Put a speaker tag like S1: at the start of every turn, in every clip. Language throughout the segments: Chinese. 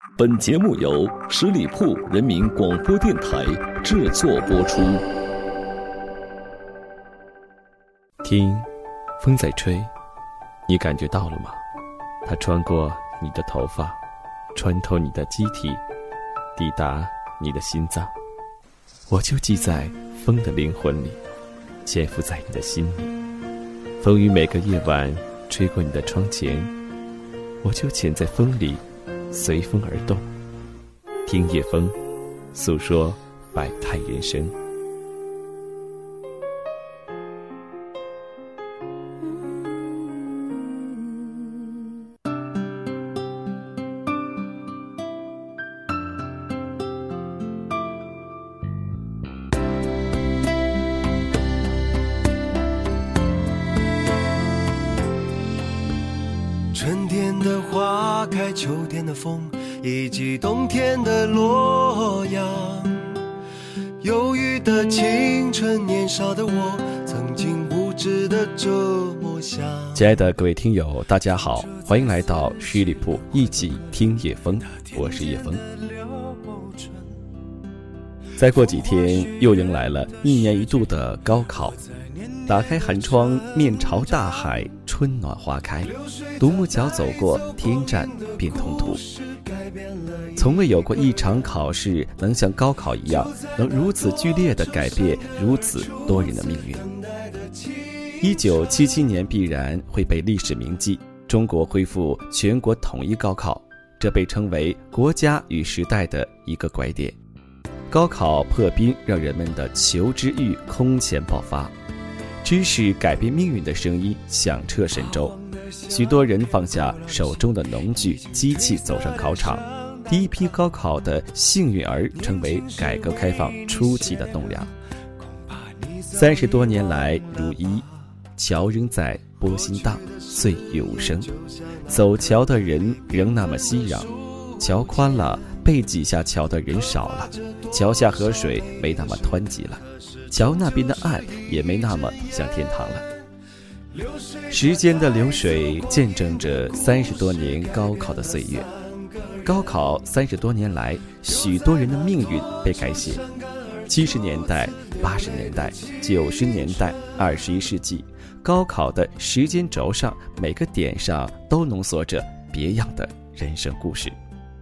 S1: 本节目由十里铺人民广播电台制作播出。
S2: 听，风在吹，你感觉到了吗？它穿过你的头发，穿透你的机体，抵达你的心脏。我就记在风的灵魂里，潜伏在你的心里。风于每个夜晚吹过你的窗前，我就潜在风里，随风而动。听夜风，诉说百态人生。
S3: 春天的花开，秋天的风，以及冬天的洛阳。忧郁的青春，年少的我，曾经无知的这么想。
S2: 亲爱的各位听友，大家好，欢迎来到十里铺一起听夜风，我是叶风。再过几天又迎来了一年一度的高考，打开寒窗，面朝大海，春暖花开，独木桥走过，天战变通途。从未有过一场考试能像高考一样，能如此剧烈地改变如此多人的命运。1977年必然会被历史铭记，中国恢复全国统一高考，这被称为国家与时代的一个拐点。高考破冰让人们的求知欲空前爆发，知识改变命运的声音响彻神州，许多人放下手中的农具机器走上考场。第一批高考的幸运儿成为改革开放初期的栋梁。30多年来如一，桥仍在波心荡，岁月无声，走桥的人仍那么熙攘。桥宽了，被挤下桥的人少了，桥下河水没那么湍急了，桥那边的岸也没那么像天堂了。时间的流水见证着30多年高考的岁月。高考30多年来，许多人的命运被改写。70年代、80年代、90年代、21世纪，高考的时间轴上，每个点上都浓缩着别样的人生故事。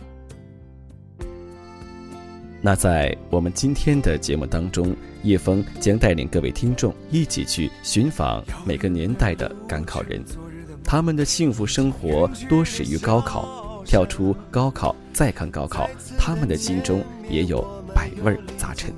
S2: 那在我们今天的节目当中，叶枫将带领各位听众一起去寻访每个年代的赶考人，他们的幸福生活多始于高考，跳出高考再看高考，他们的心中也有百味杂陈。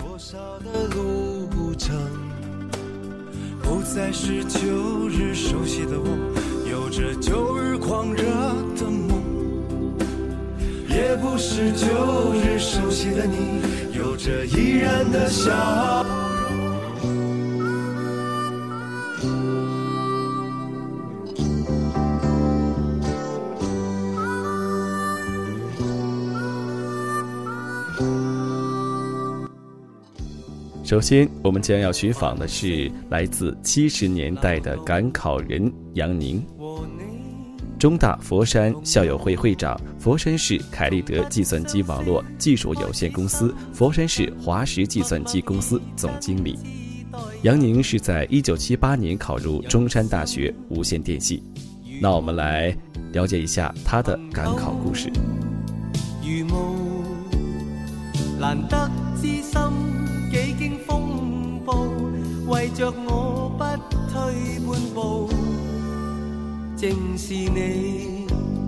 S3: 不再是旧日熟悉的我，有着旧日狂热的梦，也不是旧日熟悉的你，有着依然的笑容。
S2: 首先我们将要寻访的是来自70年代的赶考人杨宁，中大佛山校友会会长，佛山市凯立德计算机网络技术有限公司、佛山市华实计算机公司总经理。杨宁是在1978年考入中山大学无线电系。那我们来了解一下他的赶考故事。
S3: 如夢難得知心幾經風暴，為着我不退半步，正是你。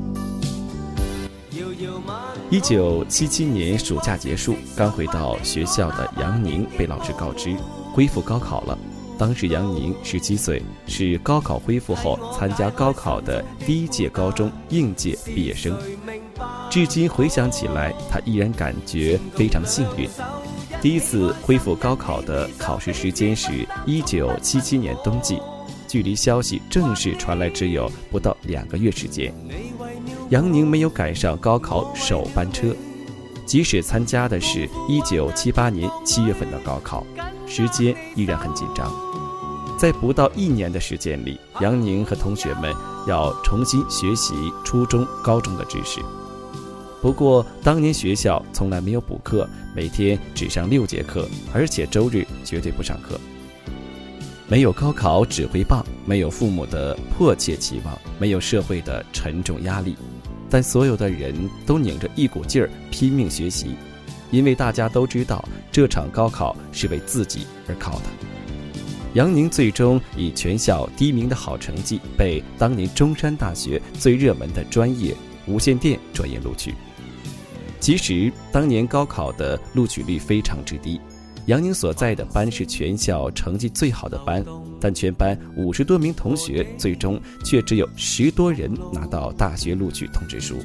S2: 1977年暑假結束，剛回到學校的楊寧被老師告知恢復高考了。當時楊寧17歲，是高考恢復後參加高考的第一屆高中應屆畢業生。至今回想起來，他依然感覺非常幸運。第一次恢復高考的考試時間是1977年冬季，距離消息正式傳來只有不到2個月時間。楊寧沒有趕上高考首班車，即使參加的是1978年7月份的高考，時間依然很緊張。在不到1年的時間裡，楊寧和同學們要重新學習初中、高中的知識。 不过当年学校从来没有补课，每天只上6节课，而且周日绝对不上课。没有高考指挥棒，没有父母的迫切期望，没有社会的沉重压力，但所有的人都拧着一股劲儿拼命学习，因为大家都知道这场高考是为自己而考的。杨宁最终以全校第1名的好成绩被当年中山大学最热门的专业无线电专业录取。其实当年高考的录取率非常之低，杨宁所在的班是全校成绩最好的班，但全班50多名同学最终却只有10多人拿到大学录取通知书。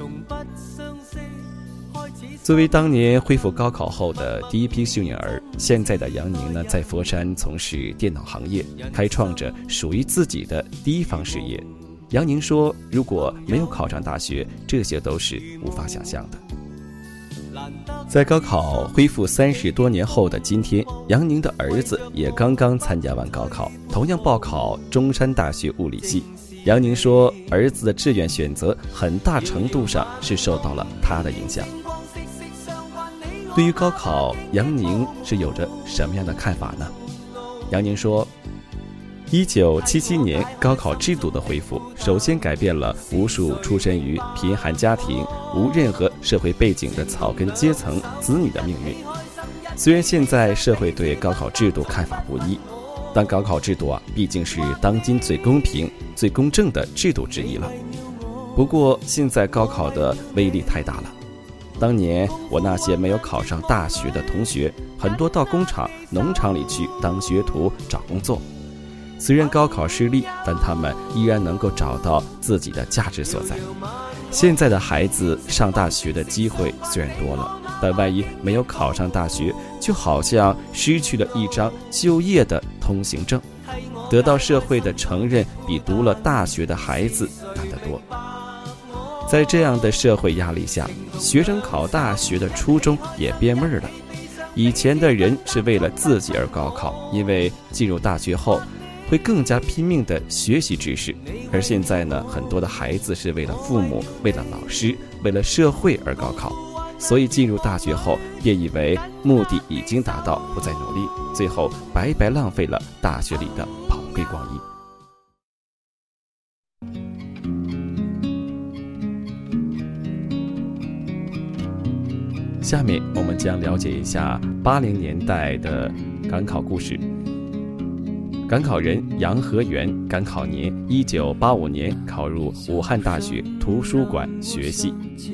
S2: 作为当年恢复高考后的第一批幸运儿，现在的杨宁呢，在佛山从事电脑行业，开创着属于自己的第一方事业。杨宁说，如果没有考上大学，这些都是无法想象的。在高考恢复30多年后的今天，杨宁的儿子也刚刚参加完高考，同样报考中山大学物理系。杨宁说，儿子的志愿选择很大程度上是受到了他的影响。对于高考，杨宁是有着什么样的看法呢？杨宁说，1977年高考制度的恢复，首先改变了无数出身于贫寒家庭、无任何社会背景的草根阶层子女的命运。虽然现在社会对高考制度看法不一，但高考制度毕竟是当今最公平、最公正的制度之一了。不过现在高考的威力太大了。当年我那些没有考上大学的同学，很多到工厂、农场里去当学徒找工作。虽然高考失利，但他们依然能够找到自己的价值所在。现在的孩子上大学的机会虽然多了，但万一没有考上大学，就好像失去了一张就业的通行证，得到社会的承认比读了大学的孩子难得多。在这样的社会压力下，学生考大学的初衷也变味了。以前的人是为了自己而高考，因为进入大学后会更加拼命地学习知识，而现在呢，很多的孩子是为了父母、为了老师、为了社会而高考，所以进入大学后便以为目的已经达到，不再努力，最后白白浪费了大学里的宝贵光阴。下面我们将了解一下80年代的赶考故事。赶考人杨和元，赶考年1985年考入武汉大学图书馆学系。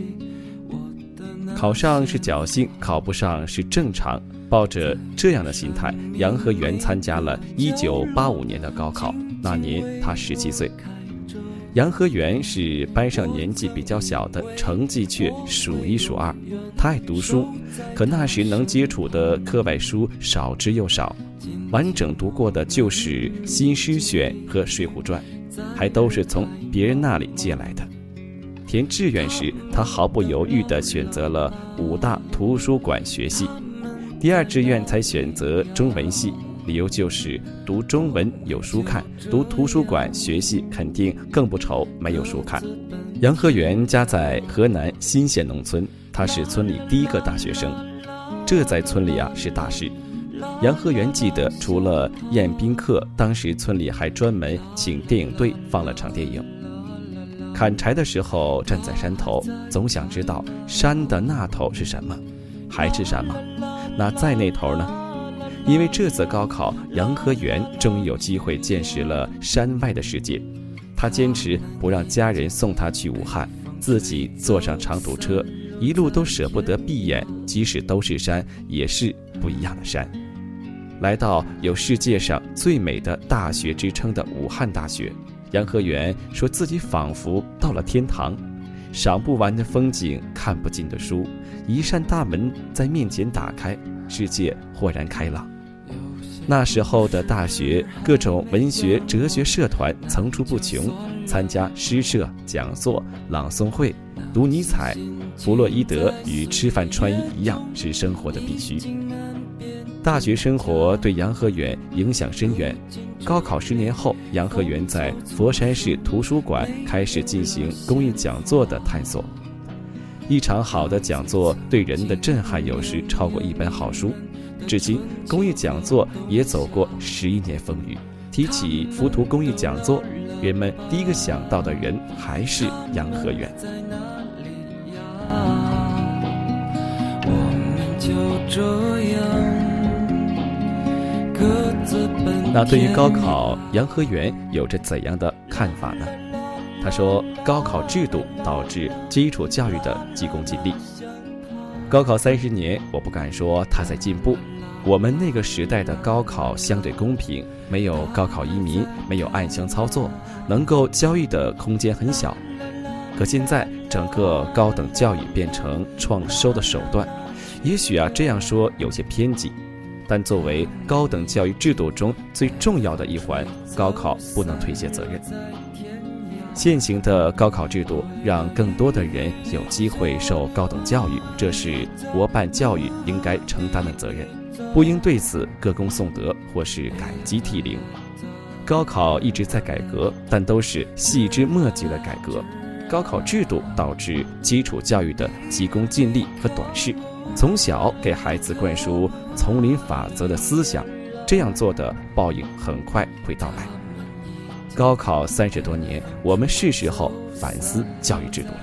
S2: 考上是侥幸，考不上是正常。抱着这样的心态，杨和元参加了1985年的高考。那年他17岁。杨和元是班上年纪比较小的，成绩却数1数2。他爱读书，可那时能接触的课外书少之又少，完整读过的就是《新诗选》和《水浒传》，还都是从别人那里借来的。填志愿时，他毫不犹豫地选择了武大图书馆学系，第2志愿才选择中文系，理由就是读中文有书看，读图书馆学系肯定更不愁没有书看。杨和元家在河南新县农村，他是村里第1个大学生，这在村里是大事。杨和元记得，除了宴宾客，当时村里还专门请电影队放了场电影。砍柴的时候站在山头，总想知道山的那头是什么，还是山吗？那在那头呢？因为这次高考，杨和元终于有机会见识了山外的世界。他坚持不让家人送他去武汉，自己坐上长途车，一路都舍不得闭眼，即使都是山，也是不一样的山。来到有世界上最美的大学之称的武汉大学，杨和元说自己仿佛到了天堂，赏不完的风景，看不尽的书，一扇大门在面前打开，世界豁然开朗。那时候的大学，各种文学、哲学社团层出不穷，参加诗社、讲座、朗诵会，读尼采、弗洛伊德与吃饭穿衣一样，是生活的必须。大学生活对杨和元影响深远。高考10年后，杨和元在佛山市图书馆开始进行公益讲座的探索。 一场好的讲座对人的震撼有时超过一本好书。至今，公益讲座也走过11年风雨。提起浮屠公益讲座，人们第一个想到的人还是杨和元。那对于高考，杨和元有着怎样的看法呢？他说，高考制度导致基础教育的急功近利。高考30年，我不敢说他在进步。我们那个时代的高考相对公平，没有高考移民，没有暗箱操作，能够交易的空间很小。可现在整个高等教育变成创收的手段，也许这样说有些偏激，但作为高等教育制度中最重要的一环，高考不能推卸责任。现行的高考制度让更多的人有机会受高等教育，这是国办教育应该承担的责任，不应对此歌功颂德或是感激涕零。高考一直在改革，但都是细枝末节的改革。高考制度导致基础教育的急功近利和短视，从小给孩子灌输丛林法则的思想，这样做的报应很快会到来。高考30多年，我们是时候反思教育制度了。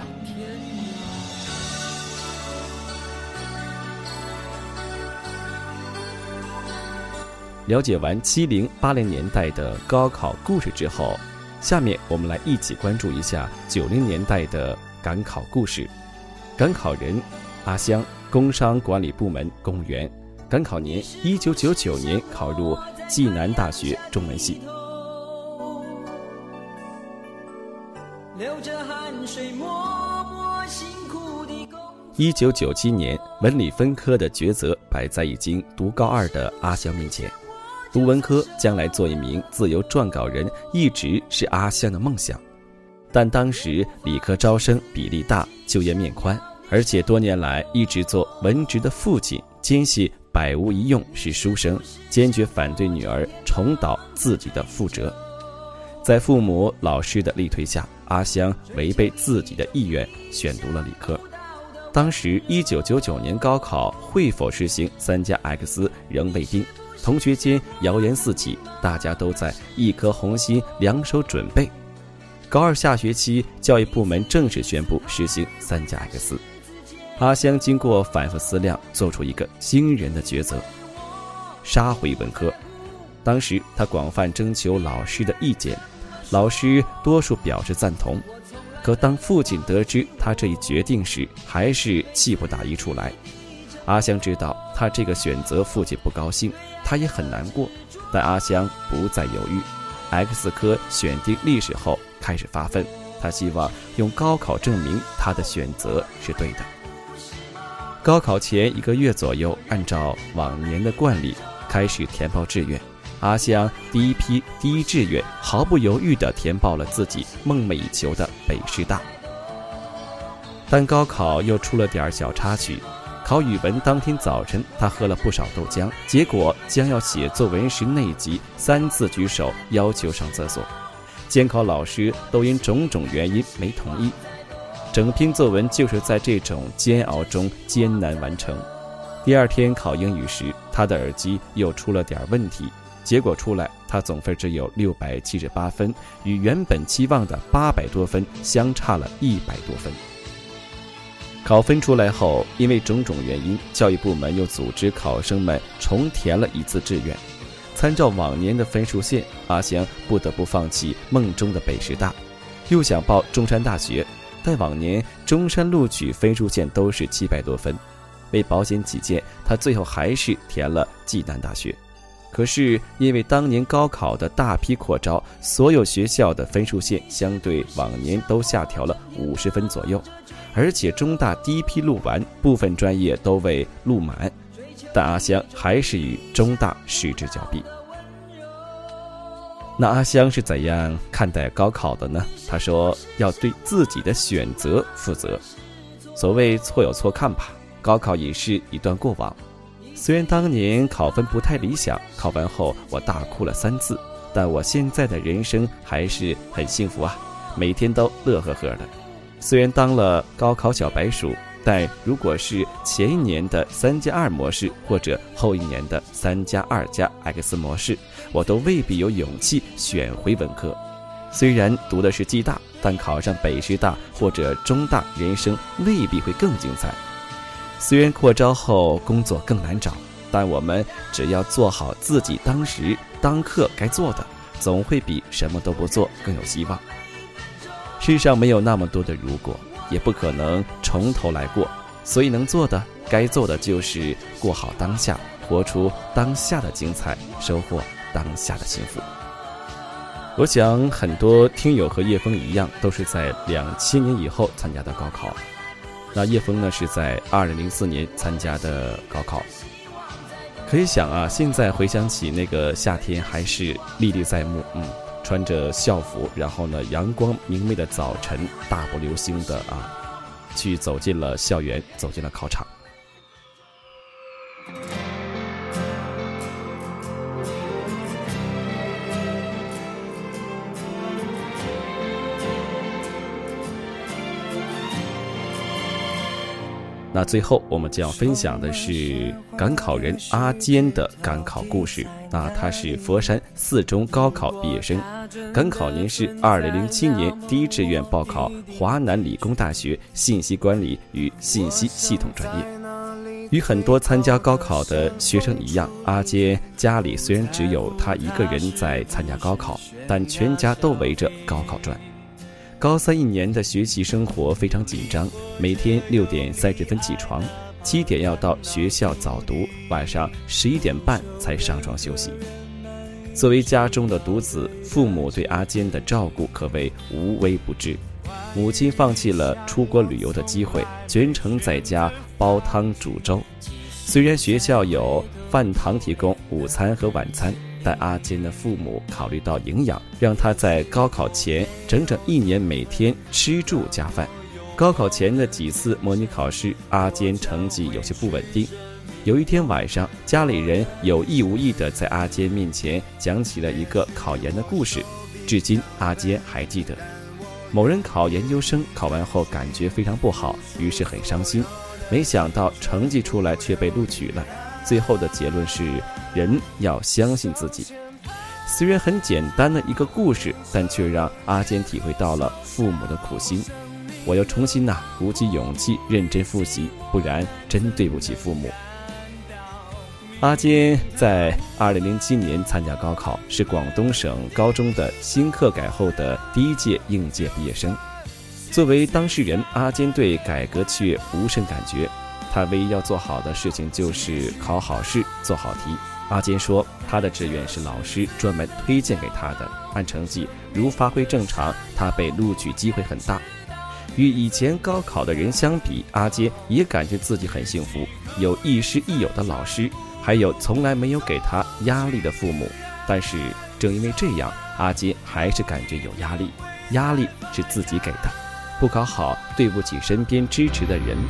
S2: 了解完70、80年代的高考故事之后，下面我们来一起关注一下90年代的赶考故事。赶考人阿香，工商管理部门公务员，赶考年1999年考入暨南大学中文系。1997年，文理分科的抉择摆在已经读高2的阿香面前。读文科，将来做一名自由撰稿人，一直是阿香的梦想。但当时理科招生比例大，就业面宽，而且多年来一直做文职的父亲坚信百无一用是书生，坚决反对女儿重蹈自己的覆辙。在父母、老师的力推下，阿香违背自己的意愿选读了理科。当时1999年高考会否实行3+X 仍未定，同学间谣言四起，大家都在一颗红心两手准备。高2下学期，教育部门正式宣布实行3+X。阿香经过反复思量，做出一个惊人的抉择，杀回文科。当时他广泛征求老师的意见，老师多数表示赞同。可当父亲得知他这一决定时，还是气不打一处来。阿香知道他这个选择父亲不高兴，他也很难过，但阿香不再犹豫。X 科选定历史后开始发奋，他希望用高考证明他的选择是对的。高考前1个月左右，按照往年的惯例开始填报志愿。阿香第一批第一志愿毫不犹豫地填报了自己梦寐以求的北师大。但高考又出了点小插曲，考语文当天早晨，他喝了不少豆浆，结果将要写作文时内急，3次举手要求上厕所，监考老师都因种种原因没同意。整篇作文就是在这种煎熬中艰难完成。第2天考英语时，他的耳机又出了点问题，结果出来，他总分只有678分，与原本期望的800多分相差了100多分。考分出来后，因为种种原因，教育部门又组织考生们重填了1次志愿。参照往年的分数线，阿香不得不放弃梦中的北师大，又想报中山大学，但往年中山录取分数线都是700多分，为保险起见，他最后还是填了暨南大学。可是因为当年高考的大批扩招，所有学校的分数线相对往年都下调了50分左右，而且中大第一批录完，部分专业都未录满，但阿香还是与中大失之交臂。那阿香是怎样看待高考的呢？他说要对自己的选择负责，所谓错有错看吧，高考也是一段过往。虽然当年考分不太理想，考完后我大哭了3次，但我现在的人生还是很幸福啊，每天都乐呵呵的。虽然当了高考小白鼠， 但如果是前一年的3+2模式，或者后一年的3+2+X 模式，我都未必有勇气选回文科。虽然读的是暨大，但考上北师大或者中大，人生未必会更精彩。虽然扩招后工作更难找，但我们只要做好自己当时当刻该做的，总会比什么都不做更有希望。世上没有那么多的如果，也不可能从头来过，所以能做的该做的就是过好当下，活出当下的精彩，收获当下的幸福。我想很多听友和叶枫一样，都是在2000年以后参加的高考。那叶枫呢，是在2004年参加的高考。可以想啊，现在回想起那个夏天还是历历在目。穿着校服，然后呢，阳光明媚的早晨，大步流星的去走进了校园，走进了考场。那最后我们将分享的是赶考人阿坚的赶考故事。那他是佛山4中高考毕业生，赶考年是2007年第一志愿报考华南理工大学信息管理与信息系统专业。与很多参加高考的学生一样，阿坚家里虽然只有他一个人在参加高考，但全家都围着高考转。高31年的学习生活非常紧张，每天6点30分起床，7点要到学校早读，晚上11点半才上床休息。作为家中的独子，父母对阿坚的照顾可谓无微不至。母亲放弃了出国旅游的机会，全程在家煲汤煮粥。虽然学校有饭堂提供午餐和晚餐，但阿坚的父母考虑到营养，让他在高考前整整1年每天吃住加饭。高考前的几次模拟考试，阿坚成绩有些不稳定。有一天晚上，家里人有意无意地在阿坚面前讲起了一个考研的故事，至今阿坚还记得。某人考研究生，考完后感觉非常不好，于是很伤心，没想到成绩出来却被录取了。最后的结论是，人要相信自己。虽然很简单的一个故事，但却让阿坚体会到了父母的苦心。我要重新鼓起勇气认真复习，不然真对不起父母。阿坚在2007年参加高考，是广东省高中的新课改后的第一届应届毕业生。作为当事人，阿坚对改革却无甚感觉，他唯一要做好的事情就是考好试，做好题。阿坚说，他的志愿是老师专门推荐给他的，按成绩如发挥正常，他被录取机会很大。与以前高考的人相比，阿坚也感觉自己很幸福，有亦师亦友的老师，还有从来没有给他压力的父母。但是正因为这样，阿坚还是感觉有压力，压力是自己给的，不考好对不起身边支持的人。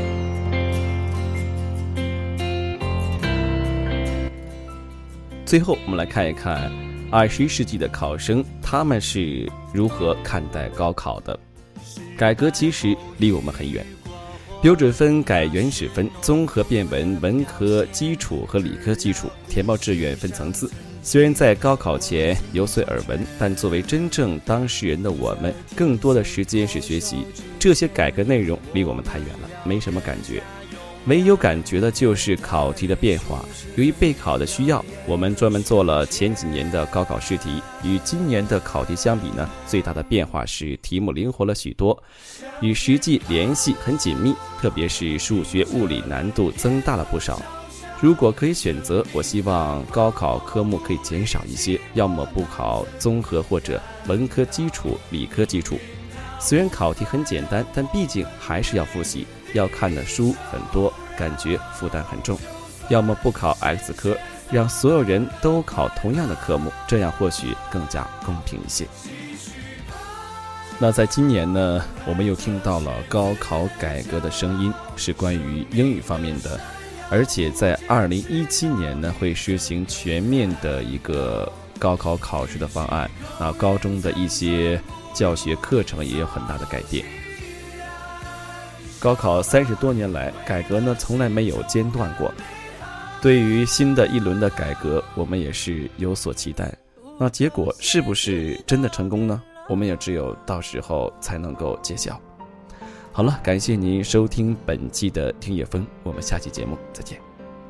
S2: 最后我们来看一看21世纪的考生，他们是如何看待高考的。改革其实离我们很远，标准分改原始分，综合变文文科基础和理科基础，填报志愿分层次。虽然在高考前有所耳闻，但作为真正当事人的我们，更多的时间是学习。这些改革内容离我们太远了，没什么感觉。唯有感觉的就是考题的变化。由于备考的需要，我们专门做了前几年的高考试题，与今年的考题相比呢，最大的变化是题目灵活了许多，与实际联系很紧密，特别是数学物理难度增大了不少。如果可以选择，我希望高考科目可以减少一些，要么不考综合或者文科基础、理科基础。虽然考题很简单，但毕竟还是要复习，要看的书很多，感觉负担很重。要么不考 X 科，让所有人都考同样的科目，这样或许更加公平一些。那在今年呢，我们又听到了高考改革的声音，是关于英语方面的，而且在2017年呢，会实行全面的一个高考考试的方案。那高中的一些教学课程也有很大的改变。 高考30多年来，改革呢从来没有间断过。对于新的一轮的改革，我们也是有所期待。那结果是不是真的成功呢？我们也只有到时候才能够揭晓。好了，感谢您收听本期的听叶风，我们下期节目再见。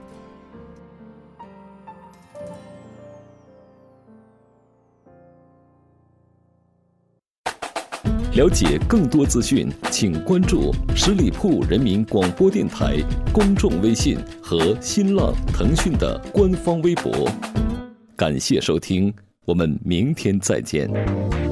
S1: 了解更多资讯，请关注十里铺人民广播电台公众微信和新浪、腾讯的官方微博。感谢收听，我们明天再见。